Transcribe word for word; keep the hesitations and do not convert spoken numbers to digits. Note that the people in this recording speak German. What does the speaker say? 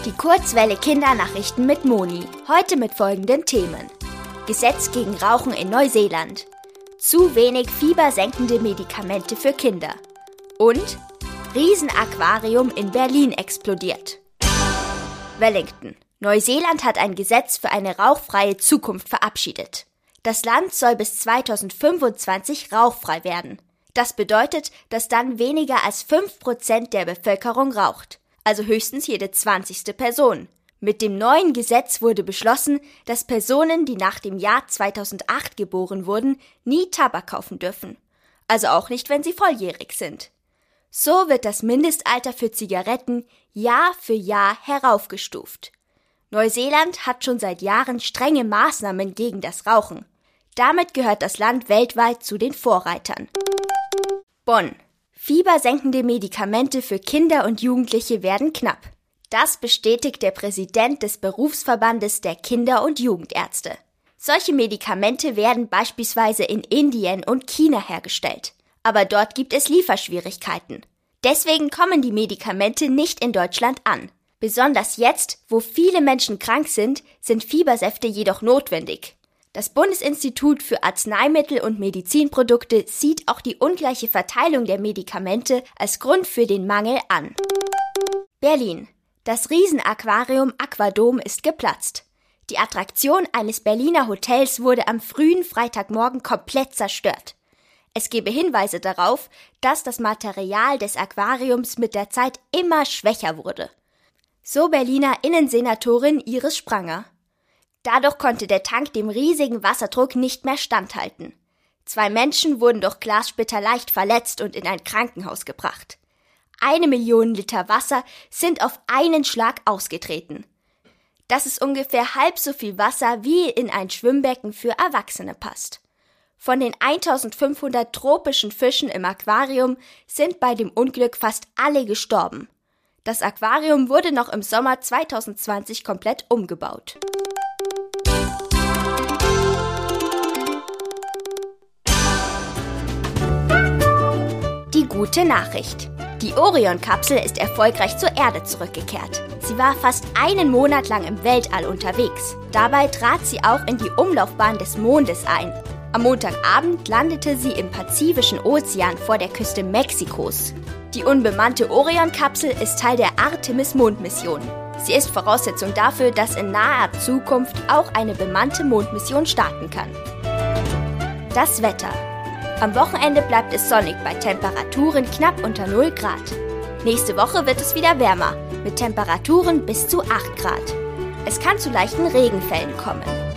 Die Kurzwelle Kindernachrichten mit Moni. Heute mit folgenden Themen. Gesetz gegen Rauchen in Neuseeland. Zu wenig fiebersenkende Medikamente für Kinder. Und Riesenaquarium in Berlin explodiert. Wellington. Neuseeland hat ein Gesetz für eine rauchfreie Zukunft verabschiedet. Das Land soll bis zweitausendfünfundzwanzig rauchfrei werden. Das bedeutet, dass dann weniger als fünf Prozent der Bevölkerung raucht, also höchstens jede zwanzigste Person. Mit dem neuen Gesetz wurde beschlossen, dass Personen, die nach dem Jahr zweitausendacht geboren wurden, nie Tabak kaufen dürfen. Also auch nicht, wenn sie volljährig sind. So wird das Mindestalter für Zigaretten Jahr für Jahr heraufgestuft. Neuseeland hat schon seit Jahren strenge Maßnahmen gegen das Rauchen. Damit gehört das Land weltweit zu den Vorreitern. Bonn. Fiebersenkende Medikamente für Kinder und Jugendliche werden knapp. Das bestätigt der Präsident des Berufsverbandes der Kinder- und Jugendärzte. Solche Medikamente werden beispielsweise in Indien und China hergestellt. Aber dort gibt es Lieferschwierigkeiten. Deswegen kommen die Medikamente nicht in Deutschland an. Besonders jetzt, wo viele Menschen krank sind, sind Fiebersäfte jedoch notwendig. Das Bundesinstitut für Arzneimittel und Medizinprodukte sieht auch die ungleiche Verteilung der Medikamente als Grund für den Mangel an. Berlin. Das Riesenaquarium Aquadom ist geplatzt. Die Attraktion eines Berliner Hotels wurde am frühen Freitagmorgen komplett zerstört. Es gebe Hinweise darauf, dass das Material des Aquariums mit der Zeit immer schwächer wurde. So Berliner Innensenatorin Iris Spranger. Dadurch konnte der Tank dem riesigen Wasserdruck nicht mehr standhalten. Zwei Menschen wurden durch Glassplitter leicht verletzt und in ein Krankenhaus gebracht. Eine Million Liter Wasser sind auf einen Schlag ausgetreten. Das ist ungefähr halb so viel Wasser, wie in ein Schwimmbecken für Erwachsene passt. Von den eintausendfünfhundert tropischen Fischen im Aquarium sind bei dem Unglück fast alle gestorben. Das Aquarium wurde noch im Sommer zweitausendzwanzig komplett umgebaut. Die gute Nachricht. Die Orion-Kapsel ist erfolgreich zur Erde zurückgekehrt. Sie war fast einen Monat lang im Weltall unterwegs. Dabei trat sie auch in die Umlaufbahn des Mondes ein. Am Montagabend landete sie im Pazifischen Ozean vor der Küste Mexikos. Die unbemannte Orion-Kapsel ist Teil der Artemis-Mondmission. Sie ist Voraussetzung dafür, dass in naher Zukunft auch eine bemannte Mondmission starten kann. Das Wetter. Am Wochenende bleibt es sonnig bei Temperaturen knapp unter null Grad. Nächste Woche wird es wieder wärmer, mit Temperaturen bis zu acht Grad. Es kann zu leichten Regenfällen kommen.